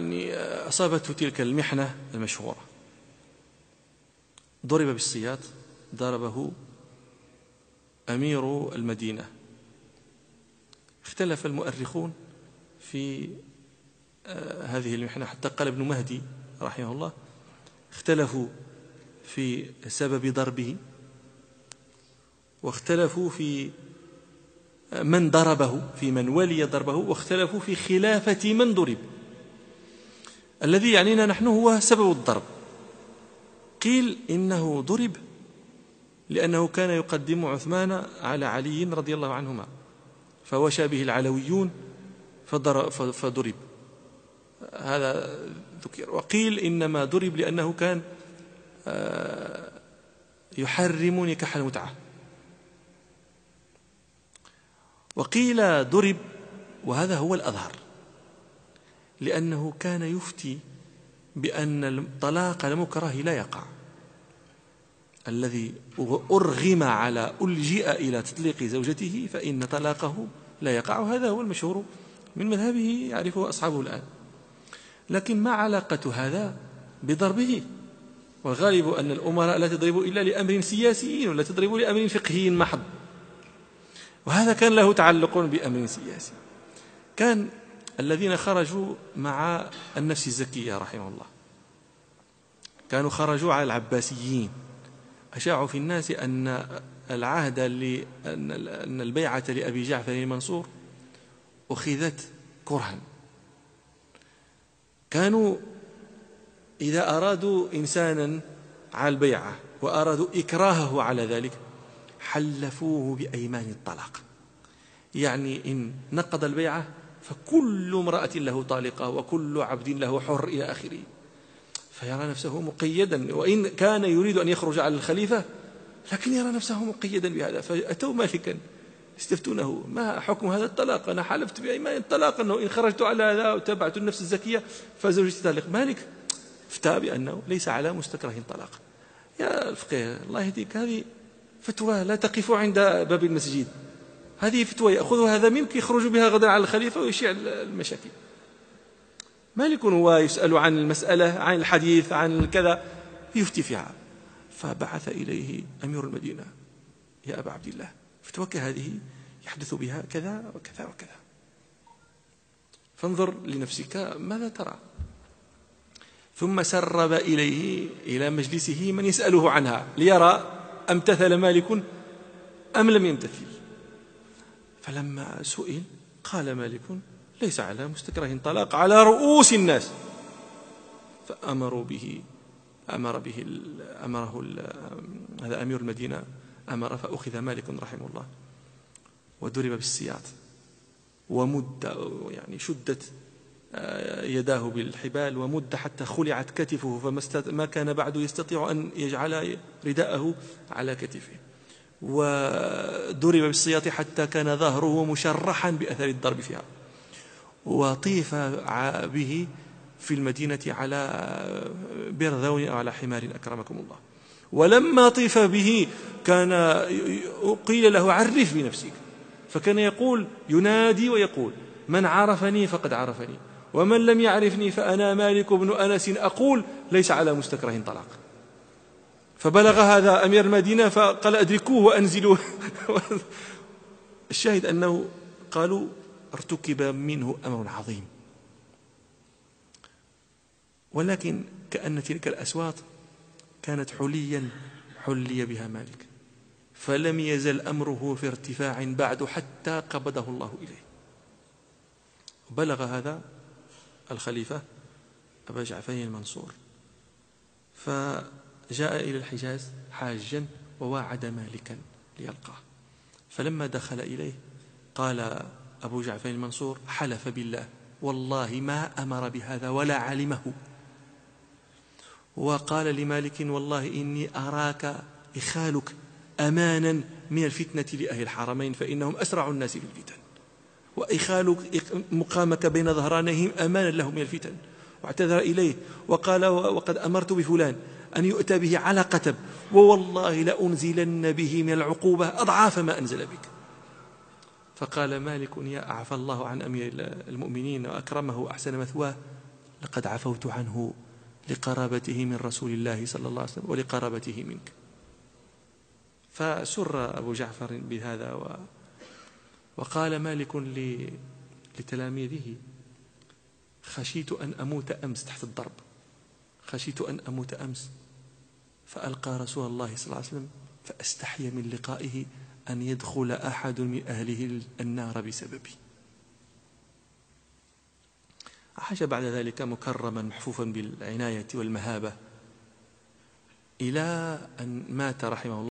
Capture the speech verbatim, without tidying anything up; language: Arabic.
يعني أصابته تلك المحنة المشهورة، ضرب بالسياط، ضربه أمير المدينة. اختلف المؤرخون في هذه المحنة، حتى قال ابن مهدي رحمه الله اختلفوا في سبب ضربه، واختلفوا في من ضربه، في من ولي ضربه، واختلفوا في خلافة من ضرب. الذي يعنينا نحن هو سبب الضرب. قيل إنه ضرب لأنه كان يقدم عثمان على علي رضي الله عنهما، فوشى به العلويون فضرب، هذا ذكر. وقيل إنما ضرب لأنه كان يحرم نكاح المتعة. وقيل ضرب، وهذا هو الأظهر، لأنه كان يفتي بأن الطلاق المكره لا يقع، الذي أرغم على ألجئ إلى تطليق زوجته فإن طلاقه لا يقع، وهذا هو المشهور من مذهبه يعرفه أصحابه الآن. لكن ما علاقة هذا بضربه؟ والغالب أن الأمراء لا تضرب إلا لأمر سياسي ولا تضرب لأمر فقهي محض، وهذا كان له تعلق بأمر سياسي. كان الذين خرجوا مع النفس الزكية رحمه الله كانوا خرجوا على العباسيين، أشاعوا في الناس أن العهد أن البيعة لأبي جعفر المنصور أخذت كرها. كانوا إذا أرادوا إنسانا على البيعة وأرادوا إكراهه على ذلك حلفوه بأيمان الطلاق، يعني إن نقض البيعة فكل امرأة له طالقة وكل عبد له حر إلى آخره، فيرى نفسه مقيدا، وإن كان يريد أن يخرج على الخليفة لكن يرى نفسه مقيدا بهذا. فأتوا مالكا استفتونه ما حكم هذا الطلاق؟ أنا حلفت بأيمان الطلاق أنه إن خرجت على هذا وتبعت النفس الزكية فزوجتي طالق. مالك افتى بأنه ليس على مستكره طلاق. يا الفقيه الله يهديك، هذه فتوى لا تقف عند باب المسجد، هذه فتوى يأخذها هذا منك يخرج بها غدا على الخليفة ويشيع المشاكل. مالك هو يسأل عن المسألة، عن الحديث، عن كذا، يفتي فيها. فبعث إليه أمير المدينة: يا أبا عبد الله، فتوك هذه يحدث بها كذا وكذا وكذا، فانظر لنفسك ماذا ترى. ثم سرب إليه إلى مجلسه من يسأله عنها ليرى امتثل مالك أم لم يمتثل. فلما سئل قال مالك: ليس على مستكره طلاق على رؤوس الناس. فأمروا به أمر به أمره هذا أمير المدينة، أمر فأخذ مالك رحمه الله وضرب بالسياط، ومد يعني شدت يداه بالحبال ومد حتى خلعت كتفه، فما كان بعد يستطيع أن يجعل رداءه على كتفه، وضرب بالسياط حتى كان ظهره مشرحا بأثر الضرب فيها، وطيف به في المدينة على برذون أو على حمار أكرمكم الله. ولما طيف به كان قيل له: عرف بنفسك، فكان يقول ينادي ويقول: من عرفني فقد عرفني، ومن لم يعرفني فأنا مالك بن أنس أقول ليس على مستكره طلاق. فبلغ هذا أمير المدينة فقال: أدركوه وأنزلوه. الشاهد أنه قالوا ارتكب منه أمر عظيم، ولكن كأن تلك الأصوات كانت حليا حلي بها مالك، فلم يزل أمره في ارتفاع بعد حتى قبضه الله إليه. بلغ هذا الخليفة أبا جعفر المنصور، فجاء إلى الحجاز حاجا وواعد مالكا ليلقاه. فلما دخل إليه قال أبو جعفر المنصور: حلف بالله والله ما أمر بهذا ولا علمه. وقال لمالك: والله إني أراك إخالك أمانا من الفتنة لأهل الحرمين، فإنهم أسرع الناس بالفتن، وإخالك مقامك بين ظهرانيهم أمانا لهم من الفتن. واعتذر إليه وقال: وقد أمرت بفلان أن يؤتى به على قتب، ووالله لأنزلن به من العقوبة أضعاف ما أنزل بك. فقال مالك: يا أعفى الله عن أمير المؤمنين وأكرمه وأحسن مثواه، لقد عفوت عنه لقرابته من رسول الله صلى الله عليه وسلم ولقرابته منك. فسر أبو جعفر بهذا، و وقال مالك لتلاميذه: خشيت أن أموت أمس تحت الضرب، خشيت أن أموت أمس، فألقى رسول الله صلى الله عليه وسلم فأستحي من لقائه أن يدخل أحد من أهله النار بسببي. عاش بعد ذلك مكرما محفوفا بالعناية والمهابة إلى أن مات رحمه الله.